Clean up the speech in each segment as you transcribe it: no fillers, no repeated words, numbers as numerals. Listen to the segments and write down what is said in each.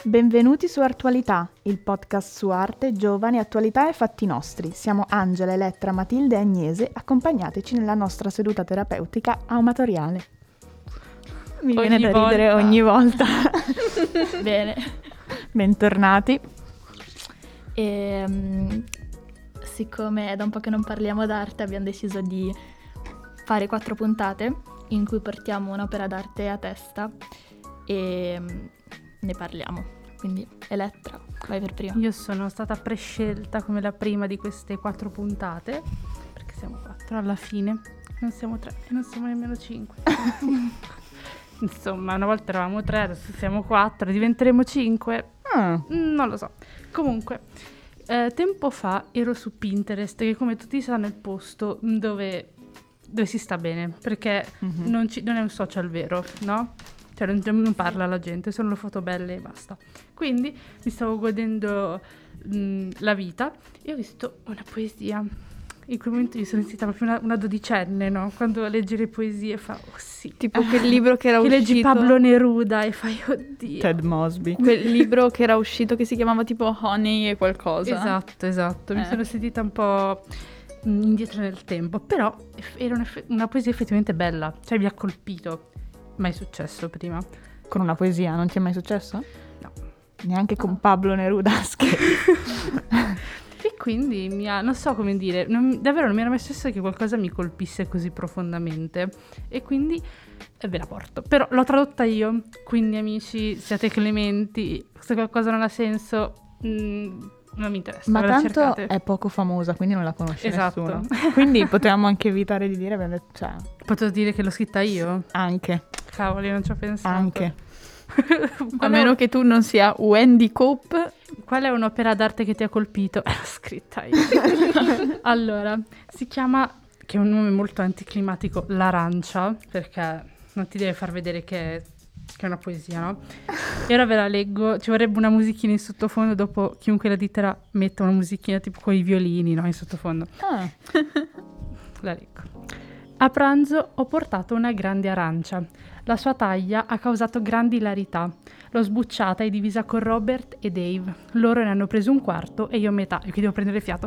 Benvenuti su Artualità, il podcast su arte, giovani, attualità e fatti nostri. Siamo Angela, Elettra, Matilde e Agnese, accompagnateci nella nostra seduta terapeutica amatoriale. Mi viene da ridere ogni volta. Bene. Bentornati. Siccome è da un po' che non parliamo d'arte, abbiamo deciso di fare 4 puntate in cui portiamo un'opera d'arte a testa e ne parliamo. Quindi Elettra, vai per prima. Io sono stata prescelta come la prima di queste 4 puntate, perché siamo 4 alla fine, non siamo 3 e non siamo nemmeno 5. Insomma, una volta eravamo 3, adesso siamo 4, diventeremo 5? Non lo so. Comunque, tempo fa ero su Pinterest, che come tutti sanno è il posto dove si sta bene, perché non è un social vero, no? Cioè non parla la gente, sono le foto belle e basta. Quindi mi stavo godendo la vita e ho visto una poesia. In quel momento mi sono sentita proprio una dodicenne, no? Quando leggi le poesie fa, oh sì. Tipo quel libro che era che uscito. Leggi Pablo Neruda e fai, oddio. Ted Mosby. Quel libro che era uscito che si chiamava tipo Honey e qualcosa. Esatto. Mi sono sentita un po' indietro nel tempo. Però era una poesia effettivamente bella. Cioè mi ha colpito. Mai successo prima. Con una poesia, non ti è mai successo? No. Neanche con Pablo Neruda? E quindi non so come dire, davvero non mi era mai successo che qualcosa mi colpisse così profondamente. E quindi ve la porto. Però l'ho tradotta io, quindi amici, siate clementi. Se qualcosa non ha senso, non mi interessa. Ma ve la tanto cercate. è poco famosa, quindi non la conosce Esatto. nessuno. Quindi potevamo anche evitare di dire, cioè, Posso dire che l'ho scritta io? anche, Cavoli, non ci ho pensato. anche. A meno che tu non sia Wendy Cope. Qual è un'opera d'arte che ti ha colpito? L'ho scritta io. Allora, si chiama, che è un nome molto anticlimatico, L'Arancia, perché non ti deve far vedere che è una poesia, no? E ora ve la leggo, ci vorrebbe una musichina in sottofondo, dopo chiunque la editerà metta una musichina tipo con i violini, no? In sottofondo. La leggo. A pranzo ho portato una grande arancia. La sua taglia ha causato grande ilarità. L'ho sbucciata e divisa con Robert e Dave. Loro ne hanno preso un quarto e io metà. Io che devo prendere fiato.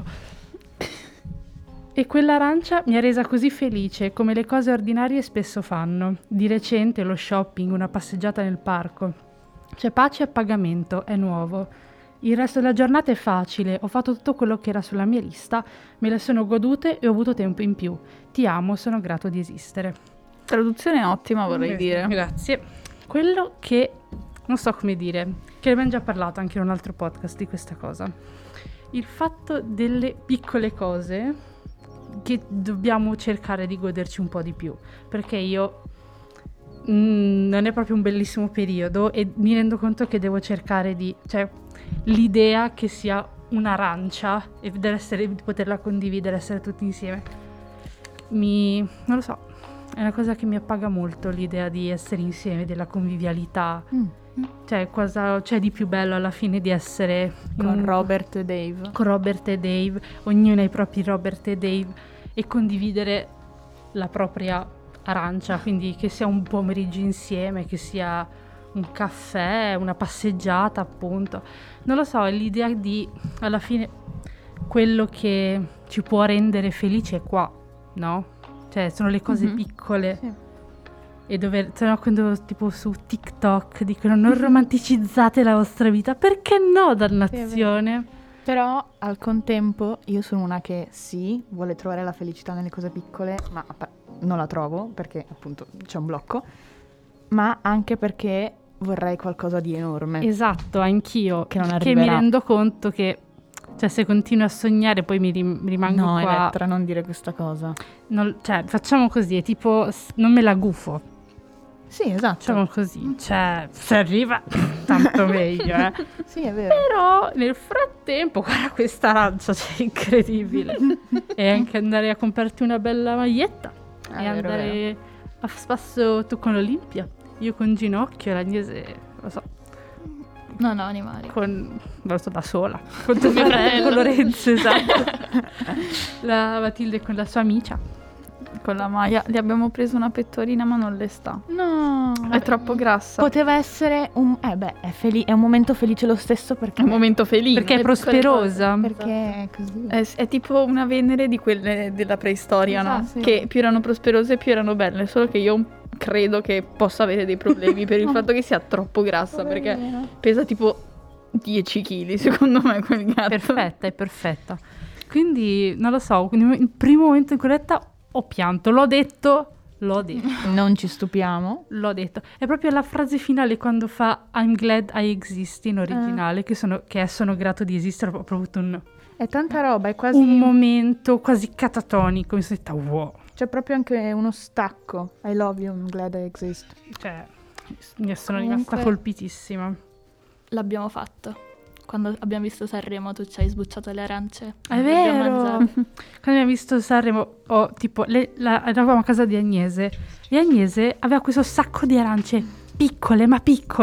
E quell'arancia mi ha resa così felice, come le cose ordinarie spesso fanno. Di recente lo shopping, una passeggiata nel parco. C'è pace a pagamento, è nuovo. Il resto della giornata è facile, ho fatto tutto quello che era sulla mia lista, me le sono godute e ho avuto tempo in più. Ti amo, sono grato di esistere. Traduzione ottima, vorrei dire. Grazie. Quello che non so come dire, che abbiamo già parlato anche in un altro podcast di questa cosa. Il fatto delle piccole cose che dobbiamo cercare di goderci un po' di più, perché io non è proprio un bellissimo periodo e mi rendo conto che devo cercare cioè l'idea che sia un'arancia e di poterla condividere, essere tutti insieme, non lo so, è una cosa che mi appaga molto, l'idea di essere insieme, della convivialità. Cioè, cosa c'è di più bello alla fine di essere Con Robert e Dave. Con Robert e Dave, ognuno ha i propri Robert e Dave, e condividere la propria arancia, quindi che sia un pomeriggio insieme, che sia un caffè, una passeggiata, appunto. Non lo so, è l'idea di, alla fine, quello che ci può rendere felici è qua, no? Cioè, sono le cose piccole. Sì. E sennò quando tipo su TikTok dicono non romanticizzate la vostra vita, perché no, dannazione? Però al contempo io sono una che sì, vuole trovare la felicità nelle cose piccole, ma non la trovo perché appunto c'è un blocco, ma anche perché vorrei qualcosa di enorme. Esatto, anch'io, Che non che arriverà. mi rendo conto che, cioè, se continuo a sognare poi mi rimango No, qua. Elettra, non dire questa cosa. Cioè, facciamo così, è tipo, non me la gufo. Sì, esatto. Facciamo così, cioè, se arriva, tanto meglio, Sì, è vero. Però nel frattempo, guarda questa arancia, cioè, incredibile. E anche andare a comprarti una bella maglietta e vero, andare a spasso tu con Olimpia, io con Ginocchio e l'Agnese, lo so, No, animali. non lo so, da sola, con tuo fratello, con Lorenzo, esatto. La Matilde con la sua amica. con la Maya. Gli abbiamo preso una pettorina ma non le sta. No, È troppo grassa. poteva essere è un momento felice lo stesso perché È un momento felice. Perché è le piccole prosperosa. cose. perché è così. È tipo una Venere di quelle della preistoria, no? Esatto, sì. Che più erano prosperose più erano belle. Solo che io credo che possa avere dei problemi per il fatto che sia troppo grassa. Perché pesa tipo 10 kg secondo me quel gatto. È perfetta. Quindi, non lo so, quindi il primo momento in cui l'ho detta ho pianto. L'ho detto. Non ci stupiamo. L'ho detto. È proprio la frase finale quando fa I'm glad I exist in originale, che sono grato di esistere. Ho proprio avuto È tanta roba, è quasi un momento quasi catatonico. Mi sono detta wow. c'è proprio anche uno stacco. I love you, I'm glad I exist. Cioè, mi sono Comunque- rimasta colpitissima. L'abbiamo fatto. Quando abbiamo visto Sanremo tu ci hai sbucciato le arance. È Le abbiamo vero! mangiate. Quando abbiamo visto Sanremo, eravamo a casa di Agnese e Agnese aveva questo sacco di arance piccole, ma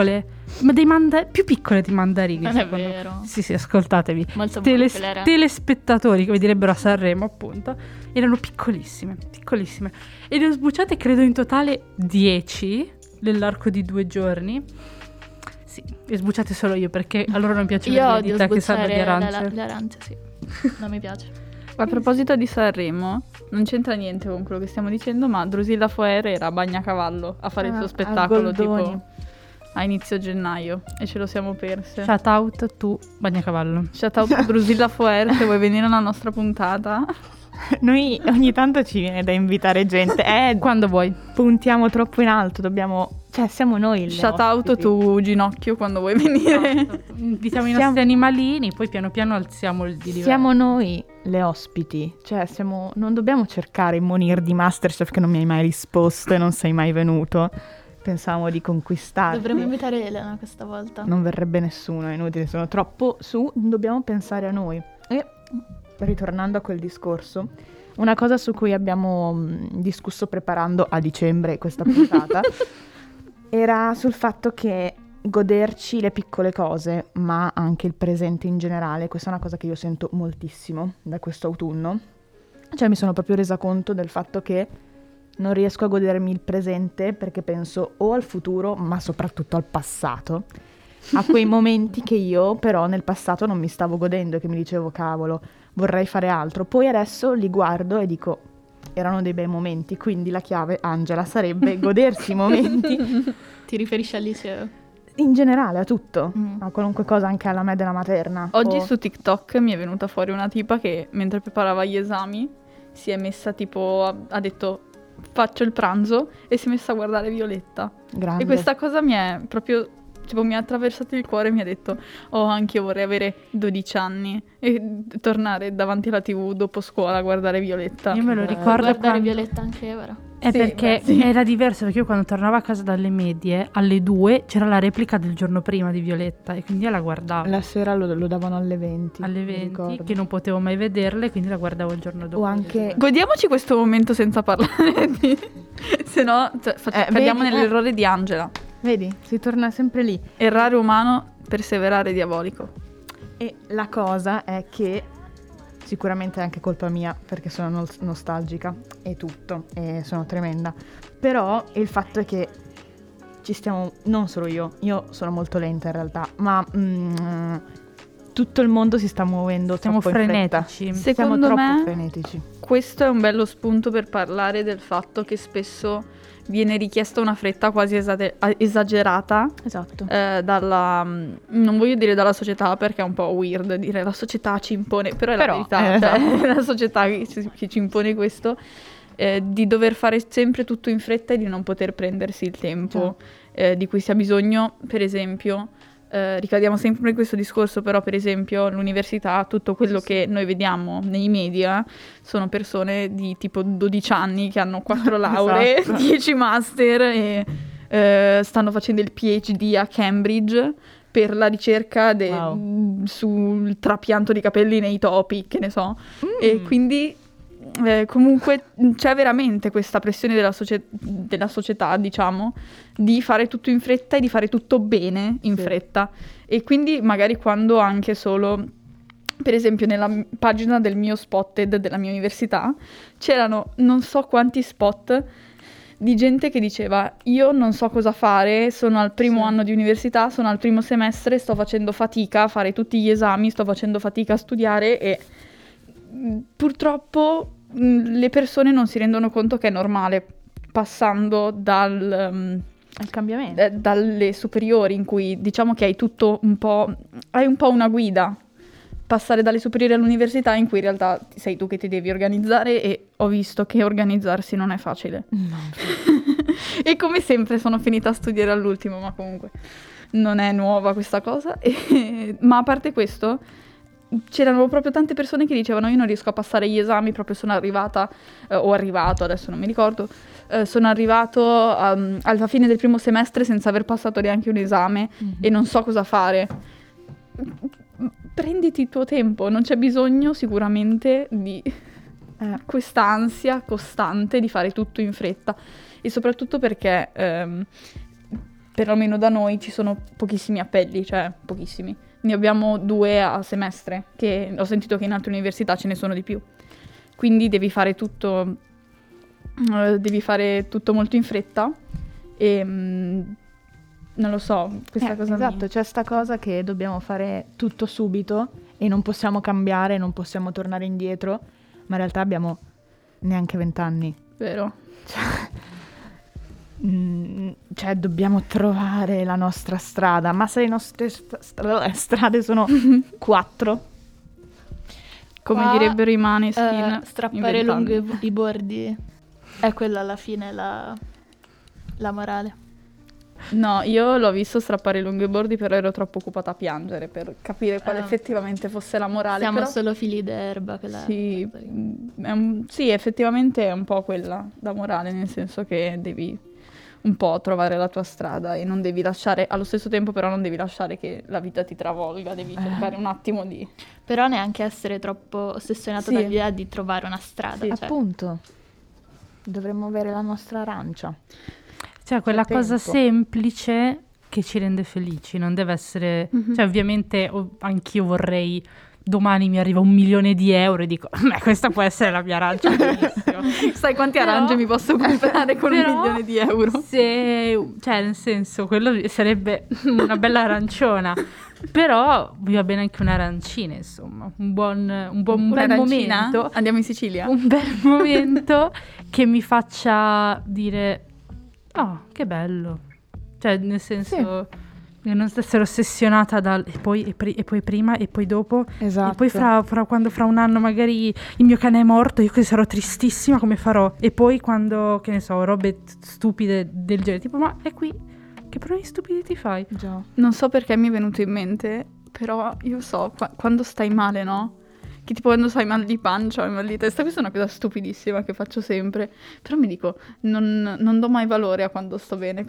dei più piccole di mandarini. Non è secondo me. vero. Sì, ascoltatevi. Molto buone quelle arance. Telespettatori, come direbbero a Sanremo, appunto, erano piccolissime. E le ho sbucciate, credo, in totale 10 nell'arco di 2 giorni. Sì, le ho sbucciate solo io perché a loro non piace Io vedere le odio dita che sanno di sbucciare arance. le arance, sì. Non mi piace. A proposito di Sanremo, non c'entra niente con quello che stiamo dicendo, ma Drusilla Foer era a Bagnacavallo a fare il suo a spettacolo Goldoni. tipo a inizio gennaio e ce lo siamo perse. Shout out tu, Bagnacavallo. Shout out a Drusilla Foer, se vuoi venire alla nostra puntata. Noi ogni tanto ci viene da invitare gente. Quando vuoi. Puntiamo troppo in alto, cioè siamo noi le Shout out ospiti. tu Ginocchio quando vuoi venire. Invitiamo i Siamo- nostri animalini, poi piano piano alziamo il di livello. Siamo noi le ospiti, cioè non dobbiamo cercare Monir di Masterchef che non mi hai mai risposto e non sei mai venuto. Pensavamo di conquistarti. Dovremmo invitare Elena questa volta. Non verrebbe nessuno, è inutile, sono troppo su, dobbiamo pensare a noi. E ritornando a quel discorso, una cosa su cui abbiamo discusso preparando a dicembre questa puntata era sul fatto che goderci le piccole cose, ma anche il presente in generale, questa è una cosa che io sento moltissimo da questo autunno. Cioè mi sono proprio resa conto del fatto che non riesco a godermi il presente perché penso o al futuro, ma soprattutto al passato. A quei momenti che io però nel passato non mi stavo godendo, che mi dicevo cavolo, vorrei fare altro. Poi adesso li guardo e dico erano dei bei momenti, quindi la chiave, Angela, sarebbe godersi i momenti Ti riferisci al liceo? in generale a tutto, Mm. a qualunque cosa, anche alla me della materna. Oggi O- su TikTok mi è venuta fuori una tipa che mentre preparava gli esami si è messa tipo, ha detto faccio il pranzo e si è messa a guardare Violetta. Grande. E questa cosa mi è proprio, tipo mi ha attraversato il cuore e mi ha detto oh anche io vorrei avere 12 anni e tornare davanti alla TV dopo scuola a guardare Violetta. Io me lo Puoi ricordo Guardare quando... Violetta anche ora. È Sì, perché beh, sì. era diverso, perché io quando tornavo a casa dalle medie, alle 2 c'era la replica del giorno prima di Violetta e quindi io la guardavo La sera lo davano alle 20. alle mi 20, ricordo. che non potevo mai vederle, quindi la guardavo il giorno dopo. O anche... Godiamoci questo momento senza parlare di... se no cadiamo vedi, nell'errore di Angela. Vedi, si torna sempre lì. Errare umano, perseverare diabolico. E la cosa è che sicuramente è anche colpa mia perché sono nostalgica e tutto, e sono tremenda. Però il fatto è che ci stiamo, non solo io sono molto lenta in realtà, ma tutto il mondo si sta muovendo Siamo troppo in fretta. frenetici. Siamo Secondo troppo me frenetici. questo è un bello spunto per parlare del fatto che spesso viene richiesta una fretta quasi esagerata Esatto. dalla, non voglio dire dalla società perché è un po' weird dire la società ci impone, però è la verità, cioè, è la società che ci impone questo, di dover fare sempre tutto in fretta e di non poter prendersi il tempo di cui si ha bisogno. Per esempio, ricadiamo sempre in questo discorso, però per esempio l'università, tutto quello che noi vediamo nei media sono persone di tipo 12 anni che hanno 4 lauree, Esatto. 10 master e stanno facendo il PhD a Cambridge per la ricerca sul trapianto di capelli nei topi, che ne so. E quindi comunque c'è veramente questa pressione della società, diciamo, di fare tutto in fretta e di fare tutto bene in Sì. fretta. E quindi magari quando anche solo Per esempio nella pagina del mio Spotted della mia università c'erano non so quanti spot di gente che diceva io non so cosa fare, sono al primo anno di università, sono al primo semestre, sto facendo fatica a fare tutti gli esami, sto facendo fatica a studiare e purtroppo le persone non si rendono conto che è normale passando Il cambiamento. dalle superiori in cui diciamo che hai tutto hai un po' una guida, passare dalle superiori all'università in cui in realtà sei tu che ti devi organizzare e ho visto che organizzarsi non è facile. No. E come sempre sono finita a studiare all'ultimo, ma comunque non è nuova questa cosa. Ma a parte questo, c'erano proprio tante persone che dicevano io non riesco a passare gli esami, proprio sono arrivata, o arrivato, adesso non mi ricordo, sono arrivato alla fine del primo semestre senza aver passato neanche un esame e non so cosa fare. Prenditi il tuo tempo, non c'è bisogno sicuramente di questa ansia costante di fare tutto in fretta e soprattutto perché perlomeno da noi ci sono pochissimi appelli, cioè pochissimi. Ne abbiamo 2 a semestre, che ho sentito che in altre università ce ne sono di più. Quindi devi fare tutto molto in fretta e non lo so, questa cosa Esatto, c'è sta cosa che dobbiamo fare tutto subito e non possiamo cambiare, non possiamo tornare indietro, ma in realtà abbiamo neanche 20 anni. vero. Cioè dobbiamo trovare la nostra strada, ma se le nostre strade sono 4, Come Qua, direbbero i Maneskin, strappare in 20 lungo anni. i bordi è quella alla fine la morale. No, io l'ho visto strappare lungo i bordi, però ero troppo occupata a piangere per capire quale effettivamente fosse la morale. Siamo però... solo fili d'erba. Sì, sì, effettivamente è un po' quella la morale, nel senso che devi un po' trovare la tua strada e non devi lasciare, allo stesso tempo però non devi lasciare che la vita ti travolga, devi cercare un attimo di... Però neanche essere troppo ossessionato Sì. dall'idea di trovare una strada. Sì. Cioè, appunto. Dovremmo avere la nostra arancia. Cioè, quella C'è cosa tempo. semplice che ci rende felici, non deve essere... Cioè, ovviamente anch'io vorrei... Domani mi arriva 1 milione di euro e dico, questa può essere la mia arancia. benissimo." Sai quanti Però- arance mi posso comprare con però 1 milione di euro? Cioè, nel senso, quello sarebbe una bella aranciona. Però mi va bene anche un'arancina, insomma. Un bel Un'arancina? momento. Andiamo in Sicilia? Un bel momento che mi faccia dire, oh, che bello. Cioè, nel senso... Che non essere ossessionata dal e poi prima e poi dopo. Esatto. E poi quando fra un anno magari il mio cane è morto, io che sarò tristissima, come farò? E poi quando, che ne so, robe stupide del genere, tipo, ma è qui, che problemi stupidi ti fai? Già. Non so perché mi è venuto in mente, però io so, quando stai male, no? Che tipo quando sai mal di pancia o mal di testa, questa è una cosa stupidissima che faccio sempre, però mi dico, non do mai valore a quando sto bene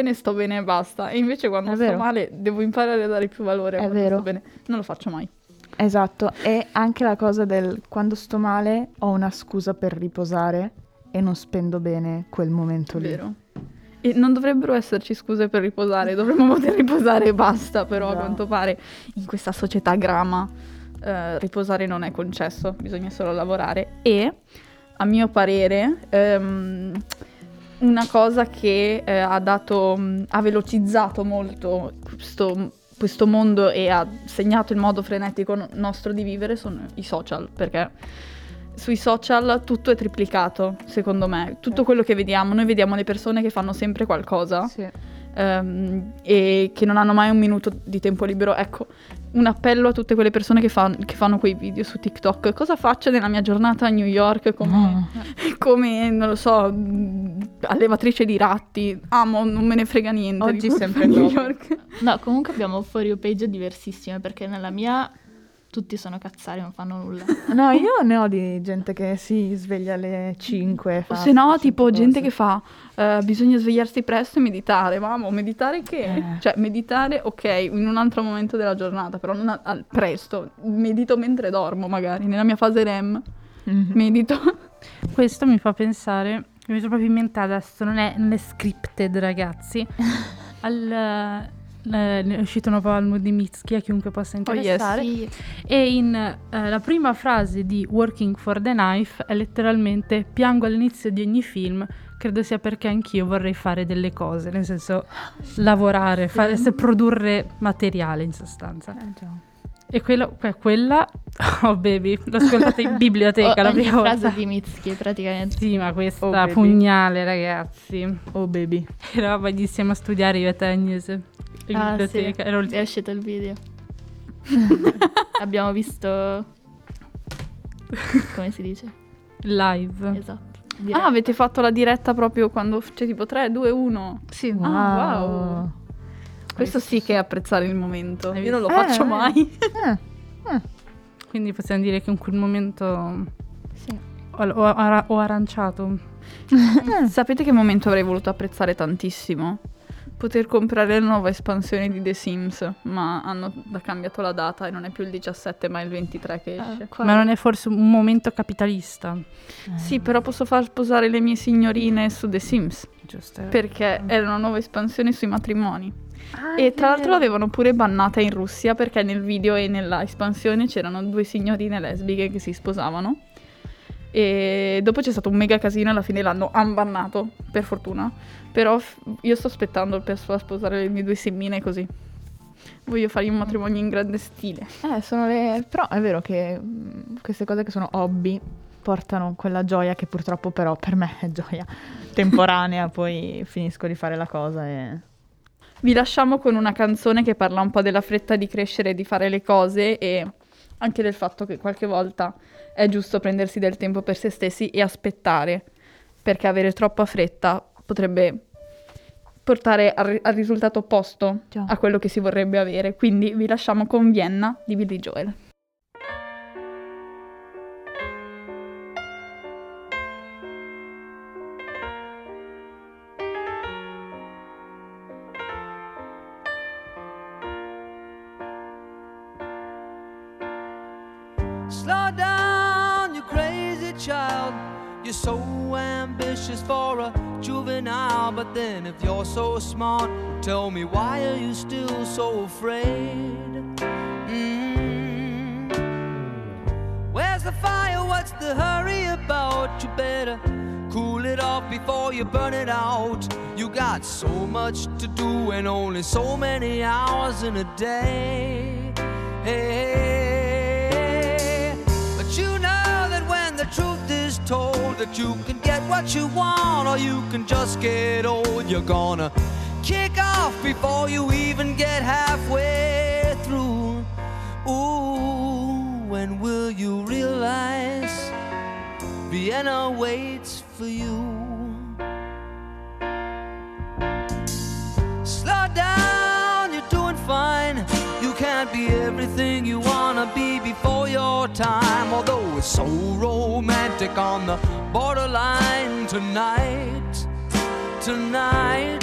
e basta, e invece quando È sto vero. male devo imparare a dare più valore a È quando vero. sto bene, non lo faccio mai. Esatto, e anche la cosa del quando sto male ho una scusa per riposare e non spendo bene quel momento lì. Vero. E non dovrebbero esserci scuse per riposare, dovremmo poter riposare e basta, però a Esatto. quanto pare in questa società grama riposare non è concesso, bisogna solo lavorare. E a mio parere una cosa che ha velocizzato molto questo mondo e ha segnato il modo frenetico nostro di vivere sono i social, perché sui social tutto è triplicato, secondo me. Tutto quello che vediamo, noi vediamo le persone che fanno sempre qualcosa Sì. e che non hanno mai un minuto di tempo libero. Ecco, un appello a tutte quelle persone che fanno quei video su TikTok. Cosa faccio nella mia giornata a New York come non lo so, allevatrice di ratti? Amo, non me ne frega niente. Oggi di sempre a New dopo. York. No, comunque abbiamo for you page diversissime, perché nella mia tutti sono cazzari, non fanno nulla. No, io ne ho di gente che si sveglia alle 5. O se no, tipo gente che fa bisogna svegliarsi presto e meditare. Mamma, meditare che? Cioè, meditare, ok, in un altro momento della giornata, però non presto. Medito mentre dormo, magari, nella mia fase REM. Medito. Questo mi fa pensare, mi sono proprio in mente adesso, non è scripted, ragazzi, è uscito un nuovo album di Mitski, a chiunque possa interessare. Sì. E la prima frase di Working for the Knife è letteralmente: piango all'inizio di ogni film, credo sia perché anch'io vorrei fare delle cose, nel senso lavorare, produrre materiale in sostanza. Già. E quella oh baby, l'ho ascoltata in biblioteca la Ogni prima volta. frase di Mitski praticamente. Sì, ma questa Oh, baby. pugnale, ragazzi. Oh baby. Eravamo insieme a studiare io e te, Agnese, in biblioteca. Sì, Era il- è uscito il video. Abbiamo visto... come si dice? live. Esatto. Ah, avete fatto la diretta proprio quando c'è tipo 3, 2, 1. Sì. Wow. Ah, wow. Questo sì che è apprezzare il momento. Hai Io non lo visto? faccio mai. Quindi possiamo dire che in quel momento Sì. ho aranciato. Sapete che momento avrei voluto apprezzare tantissimo? Poter comprare la nuova espansione di The Sims, ma hanno cambiato la data e non è più il 17 ma il 23 che esce. Ma non è forse un momento capitalista? Sì, però posso far sposare le mie signorine su The Sims, Giusto. perché era una nuova espansione sui matrimoni. E tra l'altro l'avevano pure bannata in Russia perché nel video e nella espansione c'erano 2 signorine lesbiche che si sposavano. E dopo c'è stato un mega casino e alla fine l'hanno unbannato, per fortuna. Però io sto aspettando per far sposare le mie 2 femmine così. Voglio fargli un matrimonio in grande stile. Però è vero che queste cose che sono hobby portano quella gioia che purtroppo però per me è gioia temporanea, poi finisco di fare la cosa e... Vi lasciamo con una canzone che parla un po' della fretta di crescere e di fare le cose e anche del fatto che qualche volta è giusto prendersi del tempo per se stessi e aspettare, perché avere troppa fretta potrebbe portare al risultato opposto Già. a quello che si vorrebbe avere. Quindi vi lasciamo con Vienna di Billy Joel. Slow down, you crazy child. You're so ambitious for a juvenile, but then if you're so smart, tell me why are you still so afraid? Where's the fire? What's the hurry about? You better cool it off before you burn it out. You got so much to do and only so many hours in a day. Hey, but you know that when the truth is told that you can get what you want or you can just get old, you're gonna kick off before you even get halfway through. Ooh, when will you realize Vienna waits for you? Slow down, you're doing fine. You can't be everything you wanna be before your time. Although it's so romantic on the borderline tonight, tonight.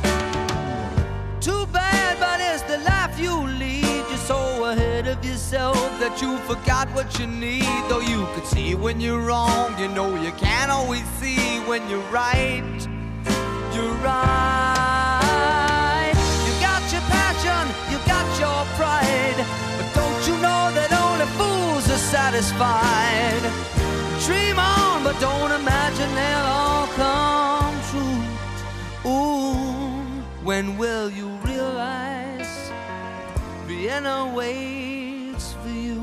Too bad, but it's the life you lead. You're so ahead of yourself that you forgot what you need. Though you could see when you're wrong, you know you can't always see when you're right. You're right. You got your passion, you got your pride, but don't you know that only fools are satisfied? Dream on, but don't imagine they'll all come true. Ooh, when will you realize Vienna waits for you?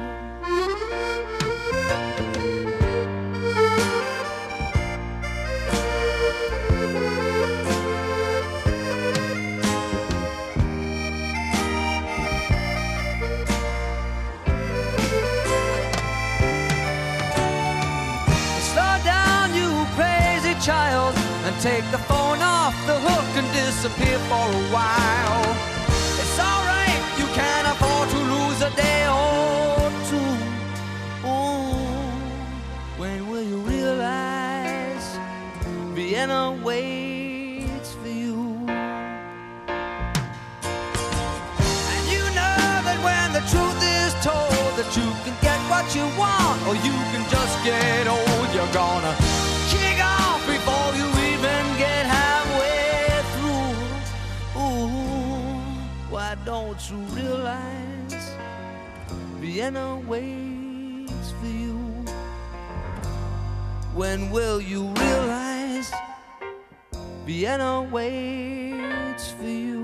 Slow down, you crazy child, and take the phone off the hook and disappear for a while. It's alright, you can't afford to lose a day or two. Ooh, when will you realize Vienna waits for you? And you know that when the truth is told that you can get what you want or you can just get old, you're gonna kick off before you even get halfway through. Ooh, to realize Vienna waits for you? When will you realize Vienna waits for you?